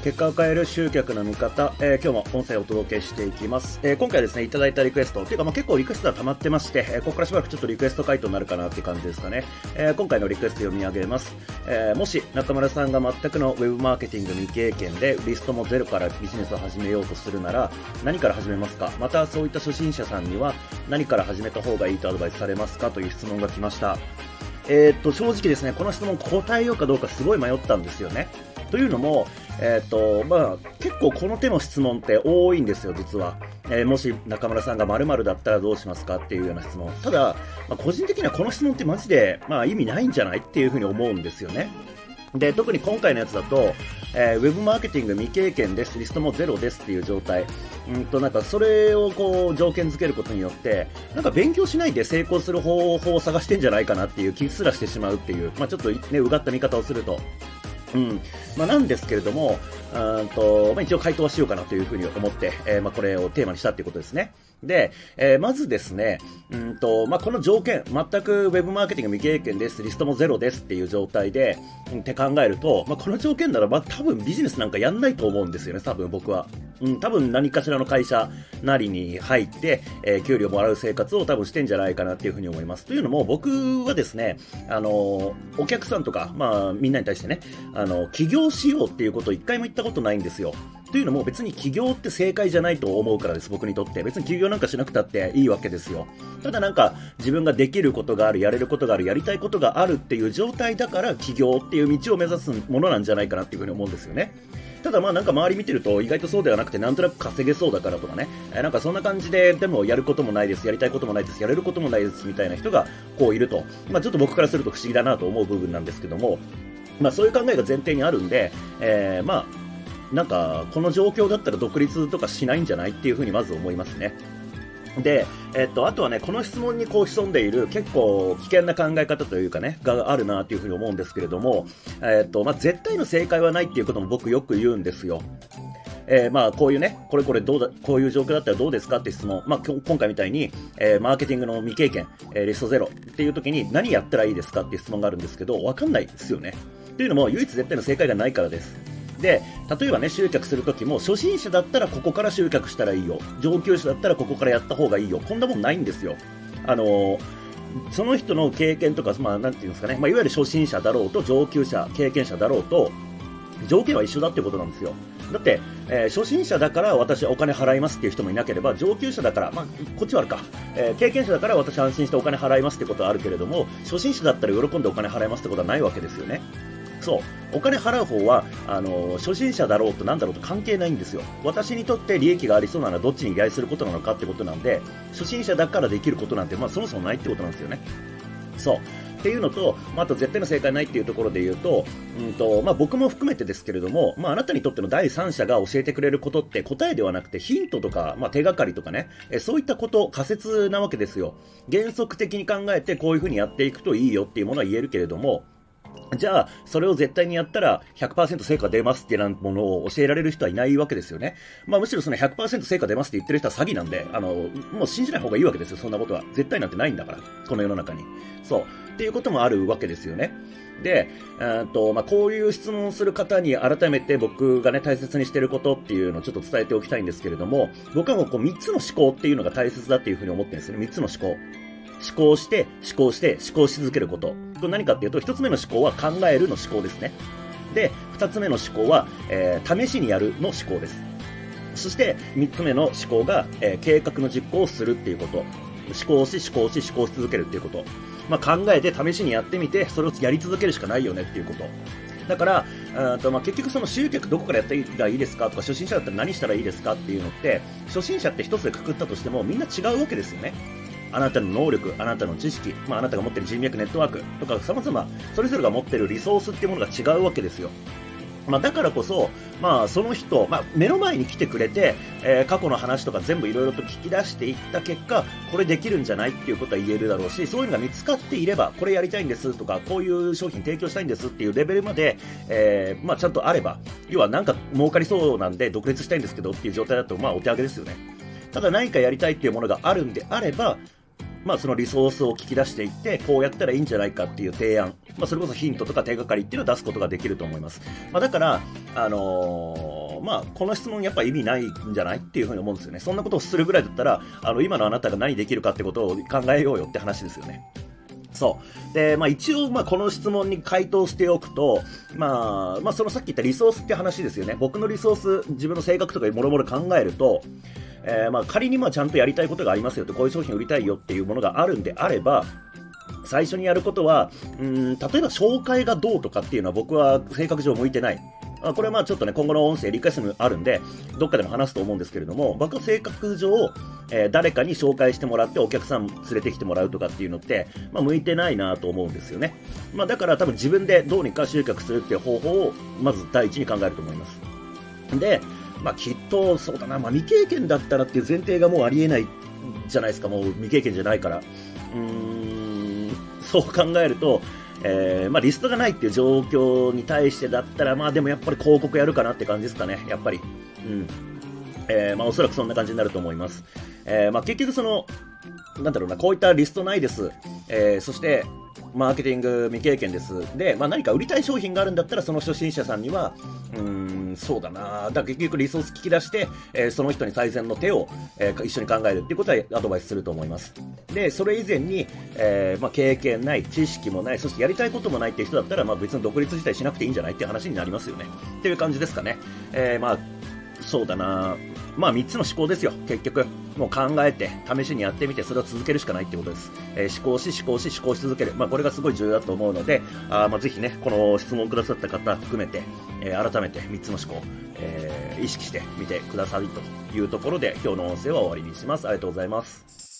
結果を変える集客の見方、今日も音声をお届けしていきます。今回ですね、いただいたリクエスト、というか結構リクエストが溜まってまして、ここからしばらくちょっとリクエスト回答になるかなっていう感じですかね。今回のリクエスト読み上げます。もし中村さんが全くのウェブマーケティング未経験でリストもゼロからビジネスを始めようとするなら何から始めますか？またそういった初心者さんには何から始めた方がいいとアドバイスされますか？という質問が来ました。正直ですね、この質問答えようかどうかすごい迷ったんですよね。というのも、結構この手の質問って多いんですよ、実は。もし中村さんが〇〇だったらどうしますかっていうような質問。ただ、個人的にはこの質問ってマジで、意味ないんじゃないっていうふうに思うんですよね。で、特に今回のやつだと、ウェブマーケティング未経験です、リストもゼロですっていう状態。それを条件付けることによって、勉強しないで成功する方法を探してんじゃないかなっていう気すらしてしまうっていう、ちょっとね、うがった見方をすると。なんですけれども、一応回答はしようかなというふうに思って、これをテーマにしたっていうことですね。で、まずですね、この条件、全くウェブマーケティング未経験です、リストもゼロですっていう状態で、って考えると、この条件なら多分ビジネスなんかやんないと思うんですよね、多分僕は。多分何かしらの会社なりに入って、給料もらう生活を多分してんじゃないかなっていうふうに思います。というのも僕はですね、お客さんとか、みんなに対してね、起業しようっていうことを一回も言ったことないんですよ。というのも別に起業って正解じゃないと思うからです、僕にとって。別に起業なんかしなくたっていいわけですよ。ただ自分ができることがある、やれることがある、やりたいことがあるっていう状態だから起業っていう道を目指すものなんじゃないかなっていうふうに思うんですよね。ただ周り見てると意外とそうではなくて、なんとなく稼げそうだからとかね、そんな感じで、でもやることもないです、やりたいこともないです、やれることもないですみたいな人がいると、ちょっと僕からすると不思議だなと思う部分なんですけども、そういう考えが前提にあるんで、この状況だったら独立とかしないんじゃないっていうふうにまず思いますね。で、あとはね、この質問に潜んでいる結構危険な考え方というかね、があるなというふうに思うんですけれども、絶対の正解はないっていうことも僕よく言うんですよ。こういうね、これどうだ、こういう状況だったらどうですかって質問、今回みたいに、マーケティングの未経験、リストゼロっていう時に何やったらいいですかっていう質問があるんですけど、わかんないですよね。というのも唯一絶対の正解がないからです。で、例えばね、集客するときも、初心者だったらここから集客したらいいよ。上級者だったらここからやった方がいいよ。こんなもんないんですよ。その人の経験とか、なんていうんですかね、いわゆる初心者だろうと、上級者、経験者だろうと、条件は一緒だってことなんですよ。だって、初心者だから私はお金払いますっていう人もいなければ、上級者だから、こっちはあるか、経験者だから私安心してお金払いますってことはあるけれども、初心者だったら喜んでお金払いますってことはないわけですよね。そう、お金払う方は初心者だろうとなんだろうと関係ないんですよ。私にとって利益がありそうならどっちに依頼することなのかってことなんで、初心者だからできることなんて、そもそもないってことなんですよね。そうっていうのと、あと絶対の正解ないっていうところで言うと、僕も含めてですけれども、あなたにとっての第三者が教えてくれることって答えではなくてヒントとか、手がかりとかね、そういったこと、仮説なわけですよ。原則的に考えてこういう風にやっていくといいよっていうものは言えるけれども、じゃあそれを絶対にやったら 100% 成果出ますっていうものを教えられる人はいないわけですよね。むしろその 100% 成果出ますって言ってる人は詐欺なんで、もう信じない方がいいわけですよ。そんなことは絶対なんてないんだから、この世の中に。そうっていうこともあるわけですよね。で、こういう質問をする方に改めて僕がね大切にしていることっていうのをちょっと伝えておきたいんですけれども、僕はもう3つの思考っていうのが大切だっていうふうに思ってるんですよね。3つの思考。思考して、思考して、思考し続けること。これ何かっていうと、1つ目の思考は考えるの思考ですね。で、2つ目の思考は、試しにやるの思考です。そして3つ目の思考が、計画の実行をするっていうこと。思考し続けるっていうこと。考えて試しにやってみて、それをやり続けるしかないよねっていうこと。だから、結局その集客どこからやったらいいですかとか、初心者だったら何したらいいですかっていうのって、初心者って一つでくくったとしてもみんな違うわけですよね。あなたの能力、あなたの知識、あなたが持っている人脈ネットワークとか様々それぞれが持っているリソースっていうものが違うわけですよ。だからこそ、その人、目の前に来てくれて、過去の話とか全部いろいろと聞き出していった結果、これできるんじゃないっていうことは言えるだろうし、そういうのが見つかっていれば、これやりたいんですとか、こういう商品提供したいんですっていうレベルまで、ちゃんとあれば、要はなんか儲かりそうなんで独立したいんですけどっていう状態だと、お手上げですよね。ただ何かやりたいっていうものがあるんであれば、 そのリソースを聞き出していって、こうやったらいいんじゃないかっていう提案、それこそヒントとか手がかりっていうのを出すことができると思います。だから、この質問やっぱ意味ないんじゃないっていうふうに思うんですよね。そんなことをするぐらいだったら、今のあなたが何できるかってことを考えようよって話ですよね。そう。で、一応、この質問に回答しておくと、そのさっき言ったリソースって話ですよね。僕のリソース、自分の性格とかもろもろ考えると、仮にちゃんとやりたいことがありますよって、こういう商品売りたいよっていうものがあるんであれば、最初にやることは、例えば紹介がどうとかっていうのは僕は性格上向いてない。これはちょっとね、今後の音声理解するのあるんで、どっかでも話すと思うんですけれども、僕は性格上、誰かに紹介してもらってお客さん連れてきてもらうとかっていうのって、向いてないなと思うんですよね。だから多分自分でどうにか集客するっていう方法を、まず第一に考えると思います。で、きっと、そうだな、未経験だったらっていう前提がもうありえないじゃないですか、もう未経験じゃないから。そう考えると、リストがないっていう状況に対してだったら、でもやっぱり広告やるかなって感じですかね、やっぱり。おそらくそんな感じになると思います。結局こういったリストないです。そして、マーケティング未経験です。で、何か売りたい商品があるんだったら、その初心者さんには、そうだな。だから結局リソース聞き出して、その人に最善の手を、一緒に考えるっていうことはアドバイスすると思います。で、それ以前に、経験ない、知識もない、そしてやりたいこともないっていう人だったら、別に独立自体しなくていいんじゃないっていう話になりますよね。っていう感じですかね。そうだな。3つの思考ですよ、結局。もう考えて、試しにやってみて、それを続けるしかないってことです。思考し続ける。これがすごい重要だと思うので、ぜひね、この質問くださった方含めて、改めて3つの思考、意識してみてくださいというところで、今日の音声は終わりにします。ありがとうございます。